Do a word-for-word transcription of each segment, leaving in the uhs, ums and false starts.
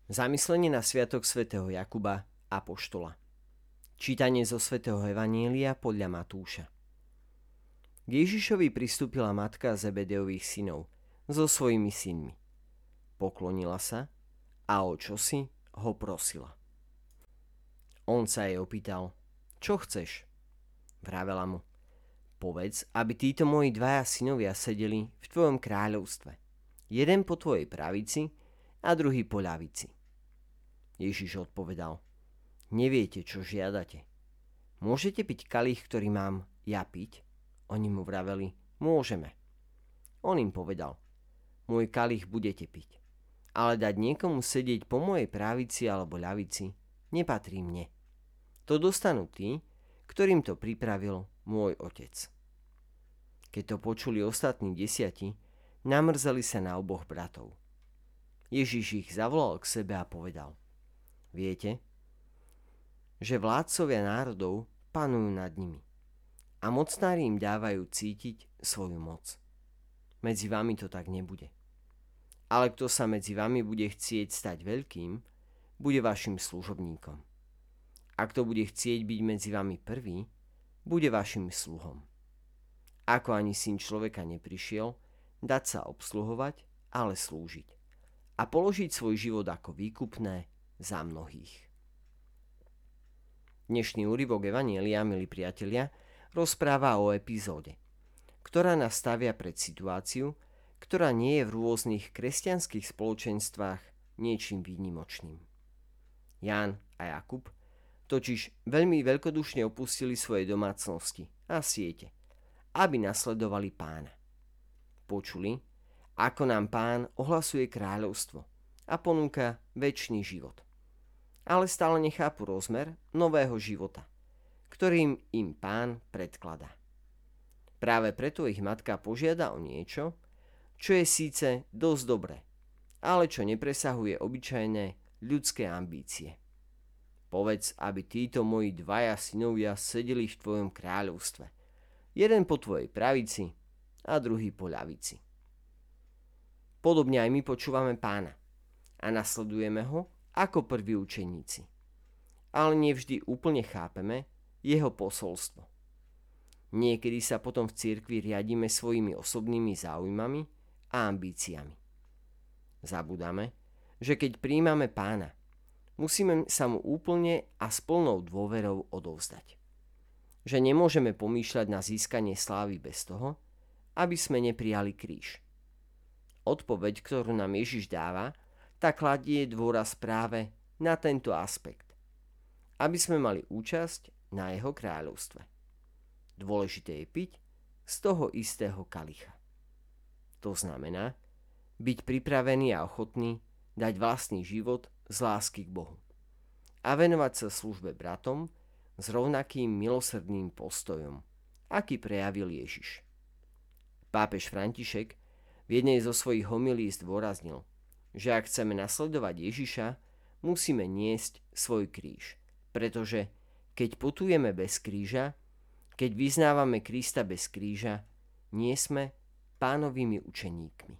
Zamyslenie na sviatok svätého Jakuba apoštola. Čítanie zo svätého Evanielia podľa Matúša. K Ježišovi pristúpila matka Zebedeových synov so svojimi synmi. Poklonila sa a o čosi ho prosila. On sa jej opýtal: Čo chceš? Vravela mu: Povedz, aby títo moji dvaja synovia sedeli v tvojom kráľovstve. Jeden po tvojej pravici a druhý po ľavici. Ježiš odpovedal: Neviete, čo žiadate. Môžete piť kalich, ktorý mám ja piť? Oni mu vraveli: Môžeme. On im povedal: Môj kalich budete piť, ale dať niekomu sedieť po mojej pravici alebo ľavici nepatrí mne. To dostanú tí, ktorým to pripravil môj otec. Keď to počuli ostatní desiati, namrzeli sa na oboch bratov. Ježiš ich zavolal k sebe a povedal: Viete, že vládcovia národov panujú nad nimi a mocnári im dávajú cítiť svoju moc. Medzi vami to tak nebude. Ale kto sa medzi vami bude chcieť stať veľkým, bude vašim služobníkom. A kto bude chcieť byť medzi vami prvý, bude vašim sluhom. Ako ani syn človeka neprišiel dať sa obsluhovať, ale slúžiť a položiť svoj život ako výkupné za mnohých. Dnešný úryvok Evanielia, milí priatelia, rozpráva o epizóde, ktorá nás stavia pred situáciu, ktorá nie je v rôznych kresťanských spoločenstvách niečím výnimočným. Ján a Jakub totiž veľmi veľkodušne opustili svoje domácnosti a siete, aby nasledovali Pána. Počuli, ako nám Pán ohlasuje kráľovstvo a ponúka večný život. Ale stále nechápu rozmer nového života, ktorým im Pán predkladá. Práve preto ich matka požiada o niečo, čo je síce dosť dobré, ale čo nepresahuje obyčajné ľudské ambície. Povedz, aby títo moji dvaja synovia sedeli v tvojom kráľovstve. Jeden po tvojej pravici a druhý po ľavici. Podobne aj my počúvame Pána a nasledujeme ho ako prví učeníci. Ale nevždy úplne chápeme jeho posolstvo. Niekedy sa potom v cirkvi riadime svojimi osobnými záujmami a ambíciami. Zabudáme, že keď prijímame Pána, musíme sa mu úplne a s plnou dôverou odovzdať. Že nemôžeme pomýšľať na získanie slávy bez toho, aby sme neprijali kríž. Odpoveď, ktorú nám Ježiš dáva, tak kladie dôraz práve na tento aspekt, aby sme mali účasť na jeho kráľovstve. Dôležité je piť z toho istého kalicha. To znamená byť pripravený a ochotný dať vlastný život z lásky k Bohu a venovať sa službe bratom s rovnakým milosrdným postojom, aký prejavil Ježiš. Pápež František v jednej zo svojich homílií zdôraznil, že ak chceme nasledovať Ježiša, musíme niesť svoj kríž, pretože keď putujeme bez kríža, keď vyznávame Krista bez kríža, nie sme Pánovými učeníkmi.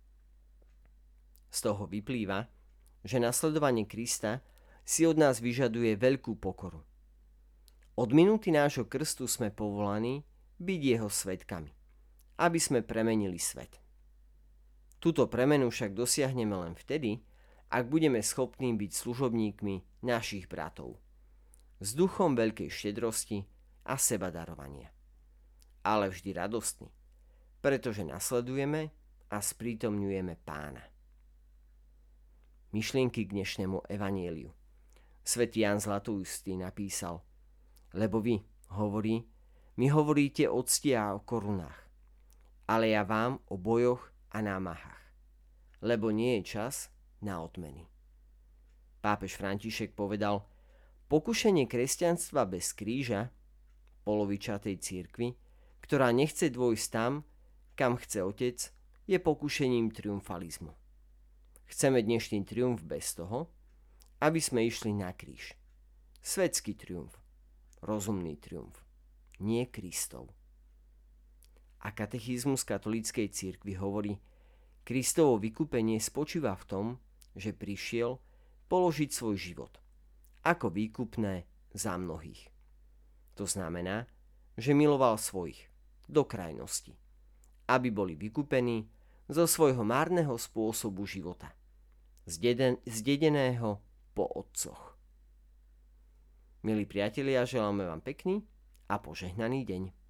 Z toho vyplýva, že nasledovanie Krista si od nás vyžaduje veľkú pokoru. Od minúty nášho krstu sme povolaní byť jeho svedkami, aby sme premenili svet. Túto premenu však dosiahneme len vtedy, ak budeme schopní byť služobníkmi našich bratov, s duchom veľkej štedrosti a sebadarovania. Ale vždy radostný, pretože nasledujeme a sprítomňujeme Pána. Myšlienky k dnešnému evanjeliu. Svätý Ján Zlatoústy napísal: Lebo vy, hovorí, mi hovoríte o cti a o korunách, ale ja vám o bojoch a námahách, lebo nie je čas na odmeny. Pápež František povedal: Pokušenie kresťanstva bez kríža, polovičatej cirkvi, ktorá nechce dôjsť tam, kam chce Otec, je pokušením triumfalizmu. Chceme dnešný triumf bez toho, aby sme išli na kríž. Svetský triumf, rozumný triumf, nie Kristov. A katechizmus katolíckej cirkvi hovorí: Kristovo vykúpenie spočíva v tom, že prišiel položiť svoj život ako výkupné za mnohých. To znamená, že miloval svojich do krajnosti, aby boli vykúpení zo svojho márneho spôsobu života, zdedeného po otcoch. Milí priatelia, želáme vám pekný a požehnaný deň.